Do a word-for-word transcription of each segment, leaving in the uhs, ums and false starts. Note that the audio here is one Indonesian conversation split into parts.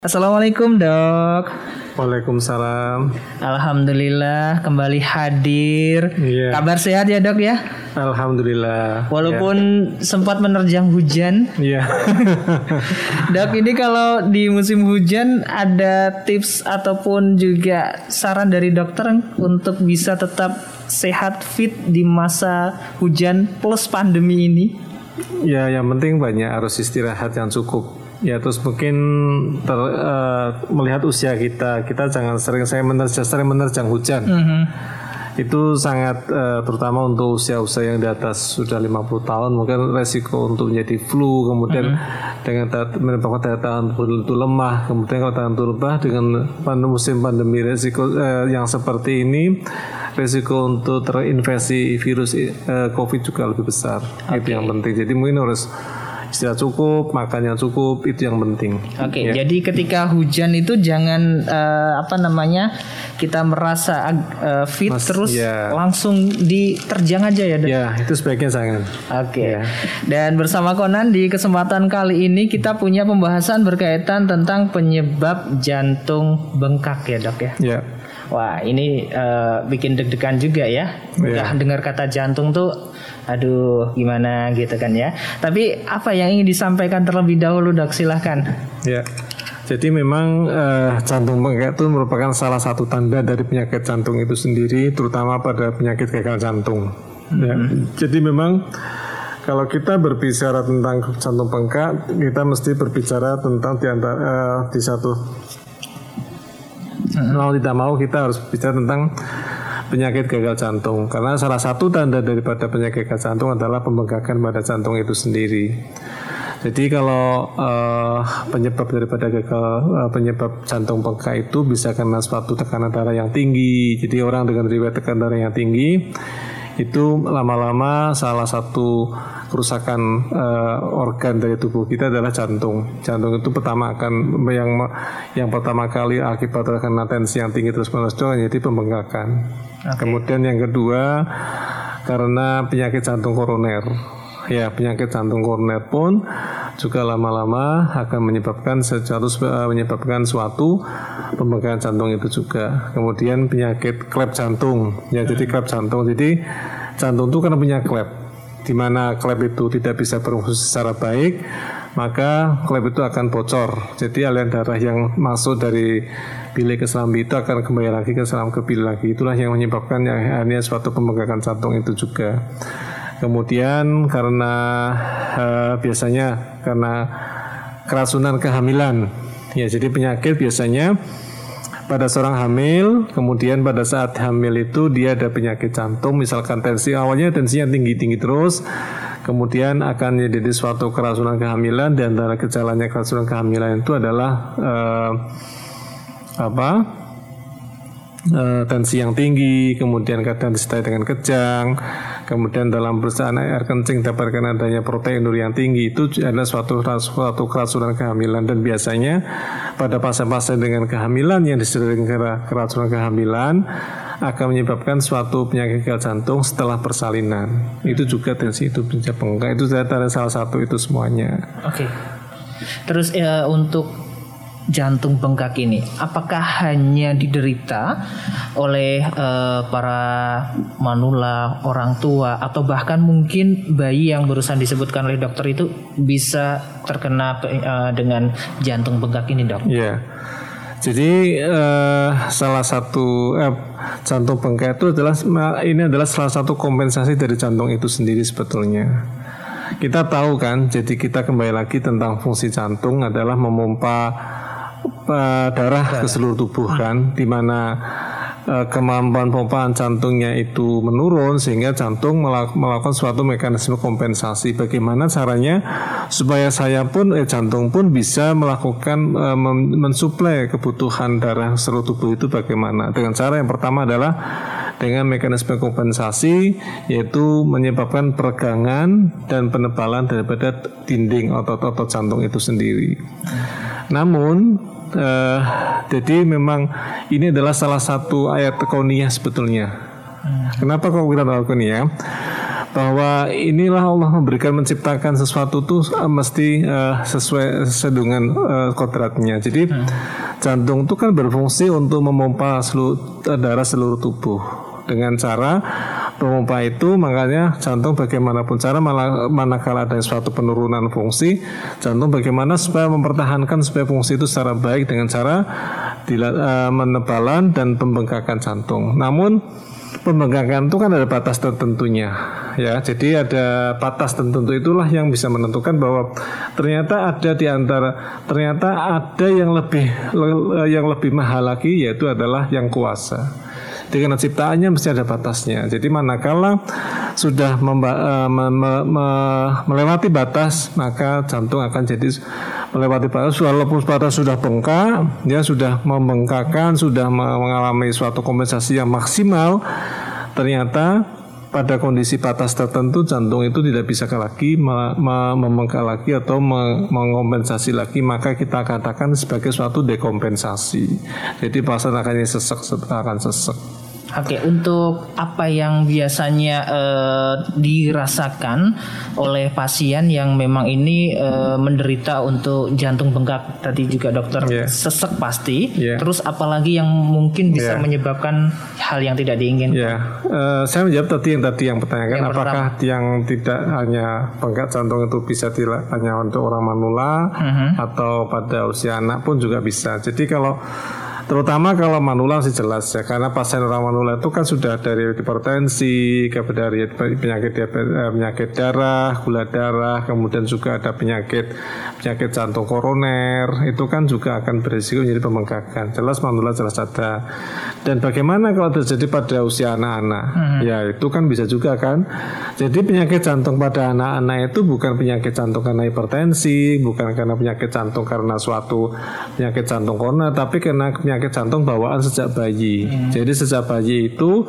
Assalamualaikum dok. Waalaikumsalam. Alhamdulillah kembali hadir. Iya. Kabar sehat ya dok ya? Alhamdulillah. Walaupun ya. sempat menerjang hujan. Iya. Dok, ini kalau di musim hujan ada tips ataupun juga saran dari dokter untuk bisa tetap sehat fit di masa hujan plus pandemi ini? Ya, yang penting banyak harus istirahat yang cukup. Ya, terus mungkin ter, uh, melihat usia kita, kita jangan sering saya menerjang, sering menerjang hujan. Mm-hmm. Itu sangat uh, terutama untuk usia-usia yang di atas sudah lima puluh tahun mungkin resiko untuk menjadi flu, kemudian mm-hmm. dengan menyebabkan daya tahan tubuh itu lemah, kemudian kalau tahan tubuh lemah dengan musim pandemi resiko uh, yang seperti ini, resiko untuk terinfeksi virus uh, COVID juga lebih besar. Okay. Itu yang penting. Jadi mungkin harus istirahat cukup, makan yang cukup, itu yang penting. Oke, okay, ya. Jadi ketika hujan itu jangan uh, apa namanya kita merasa uh, fit Mas, terus ya. langsung diterjang aja ya. Ya, itu sebaiknya jangan. Oke. Okay. Ya. Dan bersama Conan di kesempatan kali ini kita punya pembahasan berkaitan tentang penyebab jantung bengkak ya dok ya. Ya. Wah, ini uh, bikin deg-degan juga ya. Udah ya. dengar kata jantung tuh, aduh gimana gitu kan ya. Tapi apa yang ingin disampaikan terlebih dahulu dok, silahkan. Ya, jadi memang uh, jantung bengkak itu merupakan salah satu tanda dari penyakit jantung itu sendiri, terutama pada penyakit gagal jantung. Mm-hmm. Ya, jadi memang kalau kita berbicara tentang jantung bengkak, kita mesti berbicara tentang di, antara, uh, di satu mau tidak mau kita harus bicara tentang penyakit gagal jantung, karena salah satu tanda daripada penyakit gagal jantung adalah pembengkakan pada jantung itu sendiri. Jadi kalau uh, penyebab daripada gagal uh, penyebab jantung bengkak itu bisa karena suatu tekanan darah yang tinggi. Jadi orang dengan riwayat tekanan darah yang tinggi itu lama-lama salah satu kerusakan uh, organ dari tubuh kita adalah jantung. Jantung itu pertama akan yang yang pertama kali akibat karena tensi yang tinggi terus menerus jadi pembengkakan. Okay. Kemudian yang kedua karena penyakit jantung koroner. Ya, penyakit jantung koroner pun juga lama-lama akan menyebabkan sesuatu menyebabkan suatu pembengkakan jantung itu juga. Kemudian penyakit klep jantung. Ya, jadi klep jantung. Jadi jantung itu karena punya klep, di mana klep itu tidak bisa berfungsi secara baik, maka klep itu akan bocor. Jadi aliran darah yang masuk dari bile ke selambi itu akan kembali lagi ke selam ke bile lagi. Itulah yang menyebabkan yang akhirnya suatu pembengkakan jantung itu juga. Kemudian karena uh, biasanya karena keracunan kehamilan. Ya, jadi penyakit biasanya pada seorang hamil, kemudian pada saat hamil itu dia ada penyakit jantung, misalkan tensi awalnya tensinya tinggi-tinggi terus, kemudian akan jadi suatu keracunan kehamilan, dan antara gejalanya keracunan kehamilan itu adalah uh, apa? Uh, tensi yang tinggi, kemudian kadang disertai dengan kejang, kemudian dalam perusahaan air kencing dapatkan adanya proteinur yang tinggi, itu adalah suatu suatu keracunan kehamilan. Dan biasanya pada pasien-pasien dengan kehamilan yang disertai dengan keracunan kehamilan akan menyebabkan suatu penyakit gagal jantung setelah persalinan. Itu juga tensi itu bisa bengkak. Itu adalah salah satu itu semuanya. Oke. Okay. Terus ya, untuk jantung bengkak ini apakah hanya diderita oleh uh, para manula, orang tua, atau bahkan mungkin bayi yang barusan disebutkan oleh dokter itu bisa terkena uh, dengan jantung bengkak ini dok? Iya. Jadi uh, salah satu uh, jantung bengkak itu adalah ini adalah salah satu kompensasi dari jantung itu sendiri sebetulnya. Kita tahu kan, jadi kita kembali lagi tentang fungsi jantung adalah memompa uh, darah ke seluruh tubuh kan, di mana uh, kemampuan pompaan jantungnya itu menurun sehingga jantung melak- melakukan suatu mekanisme kompensasi. Bagaimana caranya supaya saya pun eh, jantung pun bisa melakukan uh, mem- mensuplai kebutuhan darah seluruh tubuh itu bagaimana? Dengan cara yang pertama adalah dengan mekanisme kompensasi, yaitu menyebabkan peregangan dan penebalan daripada dinding otot-otot jantung itu sendiri. Namun uh, jadi memang ini adalah salah satu ayat kauniyah sebetulnya. Kenapa kok kita tahu kauniyah? bahwa inilah Allah memberikan menciptakan sesuatu tuh uh, mesti uh, sesuai sesuai dengan uh, kodratnya. Jadi hmm. jantung itu kan berfungsi untuk memompa seluruh darah seluruh tubuh dengan cara memompa itu. Makanya jantung bagaimanapun cara manakala ada suatu penurunan fungsi jantung, bagaimana supaya mempertahankan supaya fungsi itu secara baik dengan cara dila- uh, menebalan dan pembengkakan jantung. Namun pembengkakan itu kan ada batas tertentunya, ya. Jadi ada batas tertentu itulah yang bisa menentukan bahwa ternyata ada di antara ternyata ada yang lebih yang lebih mahal lagi, yaitu adalah yang kuasa. Jadi karena ciptaannya mesti ada batasnya. Jadi manakala sudah memba, uh, me, me, me, melewati batas, maka jantung akan jadi melewati batas. Walaupun batas sudah bengkak, dia sudah membengkakkan, sudah mengalami suatu kompensasi yang maksimal, ternyata pada kondisi batas tertentu jantung itu tidak bisa lagi me, me, membengkak lagi atau me, mengompensasi lagi, maka kita katakan sebagai suatu dekompensasi. Jadi pasien akan sesek, akan sesek. Oke, untuk apa yang biasanya uh, dirasakan oleh pasien yang memang ini uh, menderita untuk jantung bengkak, tadi juga dokter yeah. sesek pasti, yeah. terus apalagi yang mungkin bisa yeah. menyebabkan hal yang tidak diinginkan? Yeah. Uh, saya menjawab tadi yang tadi yang pertanyakan, yang apakah yang tidak hanya bengkak jantung itu bisa tidak hanya untuk orang manula uh-huh. atau pada usia anak pun juga bisa. Jadi kalau terutama kalau manula sih jelas ya, karena pasien orang manula itu kan sudah dari hipertensi, dari penyakit penyakit darah, gula darah, kemudian juga ada penyakit penyakit jantung koroner, itu kan juga akan berisiko menjadi pembengkakan. Jelas manula jelas ada. Dan bagaimana kalau terjadi pada usia anak-anak? Hmm. Ya itu kan bisa juga kan. Jadi penyakit jantung pada anak-anak itu bukan penyakit jantung karena hipertensi, bukan karena penyakit jantung karena suatu penyakit jantung koroner, tapi karena penyakit jantung bawaan sejak bayi. Hmm. Jadi sejak bayi itu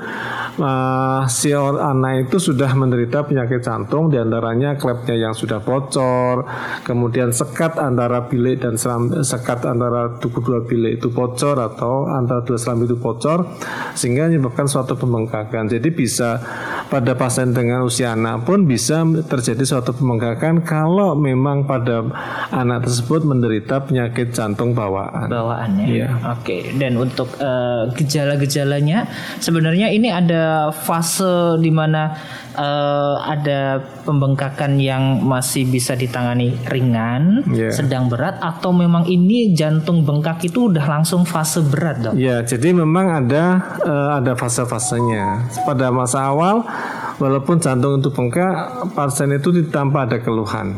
uh, si anak itu sudah menderita penyakit jantung, diantaranya klepnya yang sudah bocor, kemudian sekat antara bilik dan seram, sekat antara tubuh dua bilik itu bocor atau antara dua serambi itu bocor, sehingga menyebabkan suatu pembengkakan. Jadi bisa pada pasien dengan usia anak pun bisa terjadi suatu pembengkakan kalau memang pada anak tersebut menderita penyakit jantung bawaan. Bawaan ya. Iya. Oke. Dan untuk uh, gejala-gejalanya sebenarnya ini ada fase di mana uh, ada pembengkakan yang masih bisa ditangani ringan, yeah. sedang berat, atau memang ini jantung bengkak itu udah langsung fase berat, dok? Ya, yeah, jadi memang ada uh, ada fase-fasenya. Pada masa awal, walaupun jantung itu bengkak, pasien itu tanpa ada keluhan,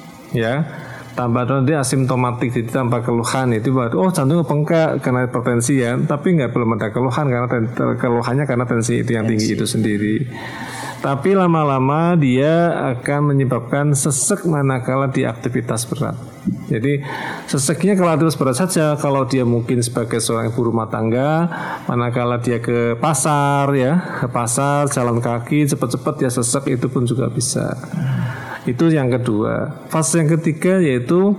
ya. Tanpa nanti asimptomatik, jadi tanpa keluhan itu baru oh jantung bengkak karena hipertensi ya, tapi nggak belum ada keluhan karena ten, keluhannya karena tensi itu yang tinggi itu sendiri. Tapi lama-lama dia akan menyebabkan sesek manakala di aktivitas berat. Jadi seseknya kalau aktivitas berat saja, kalau dia mungkin sebagai seorang ibu rumah tangga, manakala dia ke pasar ya, ke pasar jalan kaki cepat-cepat ya sesek, itu pun juga bisa. Itu yang kedua. Fase yang ketiga yaitu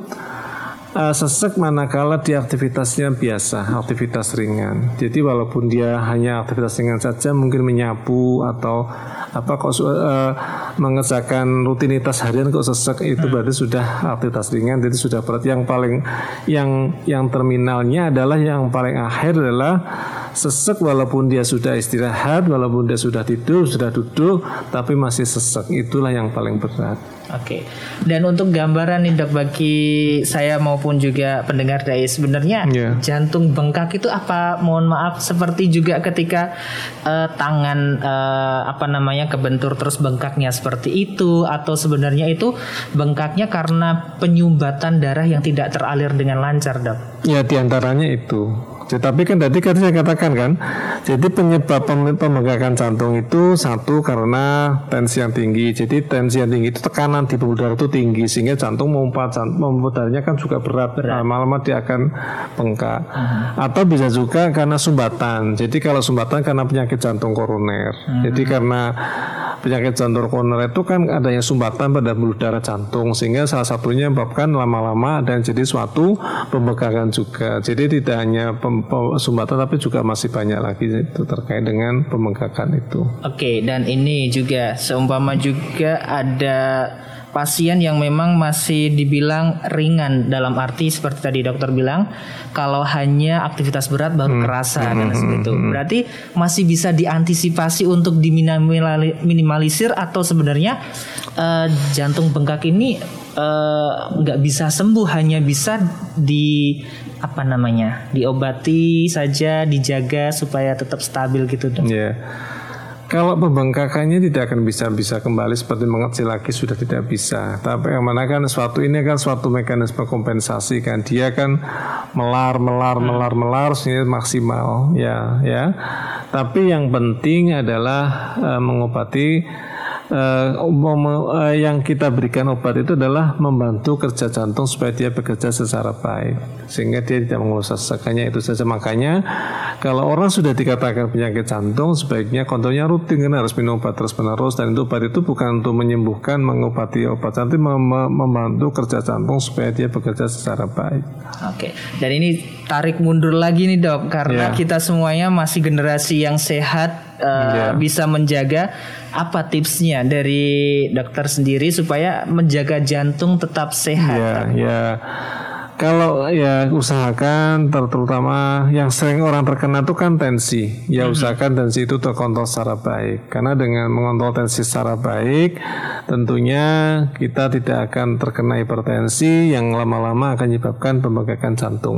uh, sesek manakala di aktivitasnya biasa, aktivitas ringan. Jadi walaupun dia hanya aktivitas ringan saja, mungkin menyapu atau apa kok uh, mengerjakan rutinitas harian kok sesek, itu berarti sudah aktivitas ringan, jadi sudah berat. Yang paling yang yang terminalnya adalah yang paling akhir adalah sesek walaupun dia sudah istirahat, walaupun dia sudah tidur, sudah duduk, tapi masih sesek. Itulah yang paling berat. Oke. Dan untuk gambaran nih dok, bagi saya maupun juga pendengar Dai, sebenarnya yeah. jantung bengkak itu apa? Mohon maaf, seperti juga ketika uh, tangan uh, apa namanya kebentur terus bengkaknya seperti itu, atau sebenarnya itu bengkaknya karena penyumbatan darah yang tidak teralir dengan lancar, dok? Ya, diantaranya itu. Tetapi kan tadi kan saya katakan kan, jadi penyebab pembengkakan jantung itu satu karena tensi yang tinggi. Jadi tensi yang tinggi itu tekanan di pembuluh darah itu tinggi, sehingga jantung memompa darahnya kan juga berat. berat. Lama-lama dia akan bengkak. Uh-huh. Atau bisa juga karena sumbatan. Jadi kalau sumbatan karena penyakit jantung koroner. Uh-huh. Jadi karena penyakit jantung koroner itu kan adanya sumbatan pada pembuluh darah jantung, sehingga salah satunya menyebabkan lama-lama dan jadi suatu pembengkakan juga. Jadi tidak hanya pem sumbatan, tapi juga masih banyak lagi itu terkait dengan pembengkakan itu. Oke, dan ini juga seumpama juga ada pasien yang memang masih dibilang ringan, dalam arti seperti tadi dokter bilang kalau hanya aktivitas berat baru hmm. kerasa hmm. dan seperti itu. Berarti masih bisa diantisipasi untuk diminimalisir, atau sebenarnya uh, jantung bengkak ini nggak uh, bisa sembuh, hanya bisa di apa namanya diobati saja, dijaga supaya tetap stabil gitu, dok. Iya. Yeah. Kalau pembengkakannya tidak akan bisa bisa kembali seperti mengecil lagi, sudah tidak bisa. Tapi yang mana kan suatu ini kan suatu mekanisme kompensasi kan, dia kan melar melar hmm. melar melar sehingga maksimal ya ya. Tapi yang penting adalah uh, mengobati. Uh, uh, yang kita berikan obat itu adalah membantu kerja jantung supaya dia bekerja secara baik, sehingga dia tidak mengeluh sesak-sekaknya, itu saja. Makanya kalau orang sudah dikatakan penyakit jantung, sebaiknya kontrolnya rutin, karena harus minum obat terus menerus, dan itu obat itu bukan untuk menyembuhkan, mengobati obat, tapi mem- membantu kerja jantung supaya dia bekerja secara baik. Oke, dan ini tarik mundur lagi nih, dok, karena yeah. kita semuanya masih generasi yang sehat. Uh, yeah. Bisa menjaga, apa tipsnya dari dokter sendiri supaya menjaga jantung tetap sehat? Ya, yeah, ya. Yeah. Kalau ya usahakan terutama yang sering orang terkena itu kan tensi. Ya mm-hmm. usahakan tensi itu terkontrol secara baik. Karena dengan mengontrol tensi secara baik, tentunya kita tidak akan terkena hipertensi yang lama-lama akan menyebabkan pembengkakan jantung.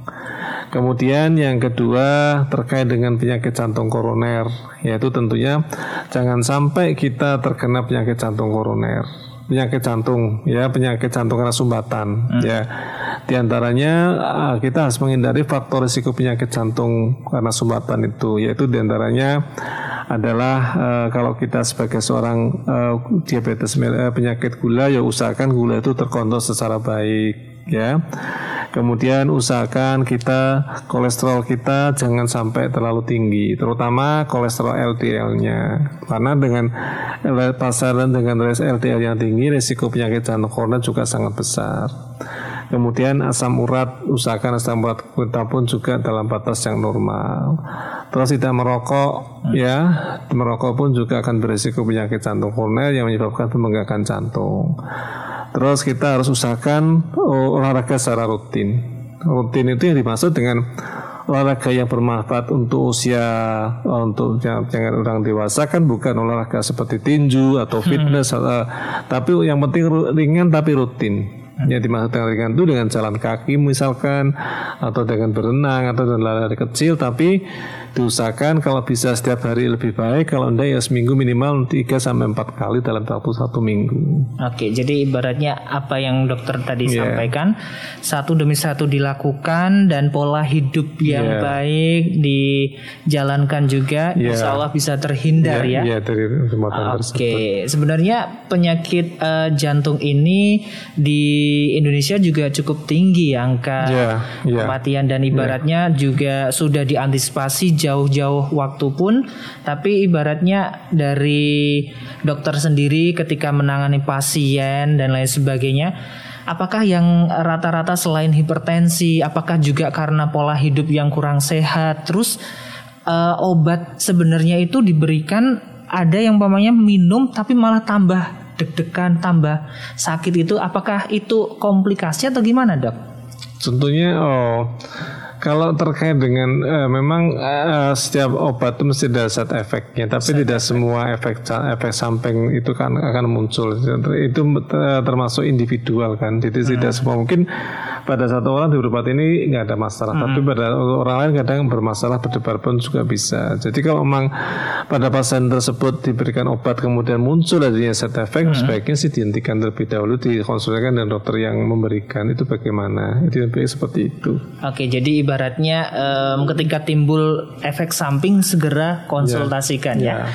Kemudian yang kedua terkait dengan penyakit jantung koroner, yaitu tentunya jangan sampai kita terkena penyakit jantung koroner, penyakit jantung ya penyakit jantung karena sumbatan hmm. ya. Di antaranya kita harus menghindari faktor risiko penyakit jantung karena sumbatan itu, yaitu di antaranya adalah uh, kalau kita sebagai seorang uh, diabetes uh, penyakit gula, ya usahakan gula itu terkontrol secara baik ya. Kemudian usahakan kita kolesterol kita jangan sampai terlalu tinggi, terutama kolesterol L D L-nya. Karena dengan pasaran dengan L D L yang tinggi, risiko penyakit jantung koroner juga sangat besar. Kemudian asam urat, usahakan asam urat kita pun juga dalam batas yang normal. Terus tidak merokok, hmm. ya, merokok pun juga akan berisiko penyakit jantung koroner yang menyebabkan pembengkakan jantung. Terus kita harus usahakan olahraga secara rutin. Rutin itu yang dimaksud dengan olahraga yang bermanfaat untuk usia, untuk jangan orang dewasa kan, bukan olahraga seperti tinju atau fitness, hmm. atau, tapi yang penting ringan tapi rutin. Yang dimaksud dengan ringan itu dengan jalan kaki misalkan, atau dengan berenang, atau dengan lari kecil, tapi diusahakan kalau bisa setiap hari lebih baik, kalau enggak ya seminggu minimal tiga sampai empat kali dalam waktu satu minggu. Oke, jadi ibaratnya apa yang dokter tadi yeah. sampaikan, satu demi satu dilakukan, dan pola hidup yang yeah. baik dijalankan juga, yeah. insya Allah bisa terhindar yeah, ya. Iya, yeah, dari Oke, okay. Sebenarnya penyakit uh, jantung ini di Indonesia juga cukup tinggi angka yeah, yeah. kematian, dan ibaratnya yeah. juga sudah diantisipasi jauh-jauh waktu pun, tapi ibaratnya dari dokter sendiri ketika menangani pasien dan lain sebagainya, apakah yang rata-rata selain hipertensi, apakah juga karena pola hidup yang kurang sehat, terus uh, obat sebenarnya itu diberikan, ada yang umpamanya minum tapi malah tambah deg-degan, tambah sakit, itu apakah itu komplikasi atau gimana, dok? Tentunya oh kalau terkait dengan uh, memang uh, setiap obat itu mesti ada side efeknya, tapi side tidak efek. Semua efek efek samping itu kan akan muncul. Itu uh, termasuk individual kan. Jadi hmm. tidak semua, mungkin pada satu orang diberi obat ini nggak ada masalah, hmm. tapi pada orang lain kadang bermasalah, berdebar pun juga bisa. Jadi kalau memang pada pasien tersebut diberikan obat kemudian muncul adanya side effect, hmm. sebaiknya sih dihentikan terlebih dahulu, dikonsultasikan dengan dokter yang memberikan. Itu bagaimana? Itu lebih seperti itu. Oke, jadi ibaratnya um, ketika timbul efek samping segera konsultasikan ya. ya. ya.